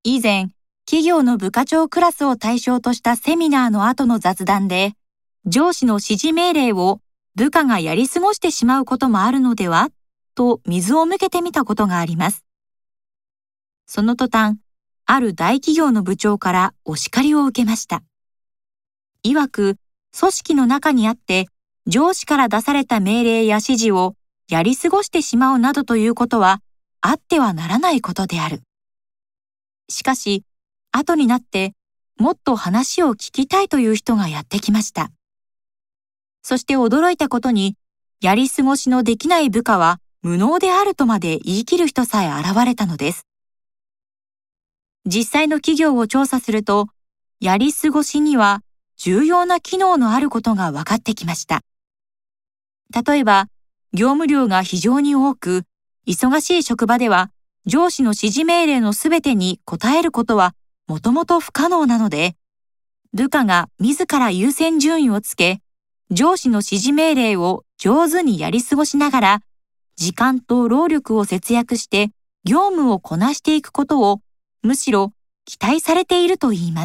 以前、企業の部下長クラスを対象としたセミナーの後の雑談で、上司の指示命令を部下がやり過ごしてしまうこともあるのではと水を向けてみたことがあります。その途端、ある大企業の部長からお叱りを受けました。曰く、組織の中にあって、上司から出された命令や指示をやり過ごしてしまうなどということは、あってはならないことである。しかし、後になって、もっと話を聞きたいという人がやってきました。そして驚いたことに、やり過ごしのできない部下は無能であるとまで言い切る人さえ現れたのです。実際の企業を調査すると、やり過ごしには重要な機能のあることが分かってきました。例えば、業務量が非常に多く、忙しい職場では上司の指示命令のすべてに応えることはもともと不可能なので、部下が自ら優先順位をつけ、上司の指示命令を上手にやり過ごしながら、時間と労力を節約して業務をこなしていくことを、むしろ期待されていると言います。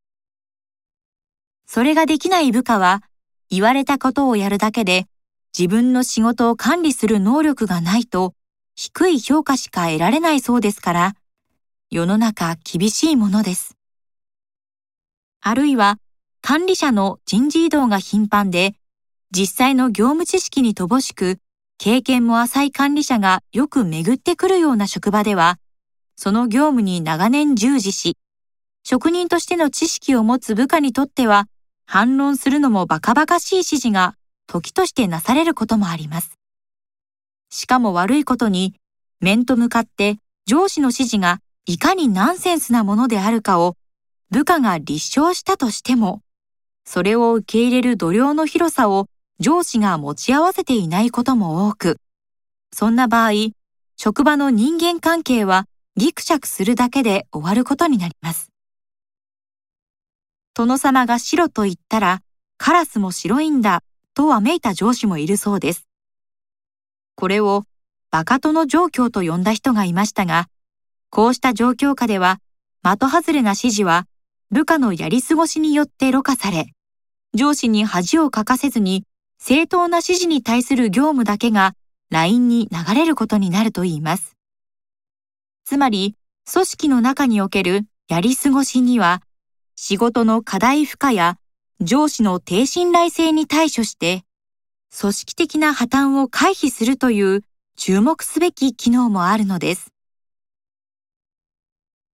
それができない部下は、言われたことをやるだけで、自分の仕事を管理する能力がないと、低い評価しか得られないそうですから、世の中厳しいものです。あるいは、管理者の人事異動が頻繁で、実際の業務知識に乏しく、経験も浅い管理者がよく巡ってくるような職場では、その業務に長年従事し、職人としての知識を持つ部下にとっては、反論するのもバカバカしい指示が時としてなされることもあります。しかも悪いことに、面と向かって上司の指示がいかにナンセンスなものであるかを部下が立証したとしても、それを受け入れる度量の広さを上司が持ち合わせていないことも多く、そんな場合、職場の人間関係はギクシャクするだけで終わることになります。殿様が白と言ったら、カラスも白いんだとわめいた上司もいるそうです。これをバカ殿状況と呼んだ人がいましたが、こうした状況下では、的外れな指示は部下のやり過ごしによってろ過され、上司に恥をかかせずに正当な指示に対する業務だけがラインに流れることになるといいます。つまり、組織の中におけるやり過ごしには、仕事の課題負荷や上司の低信頼性に対処して、組織的な破綻を回避するという注目すべき機能もあるのです。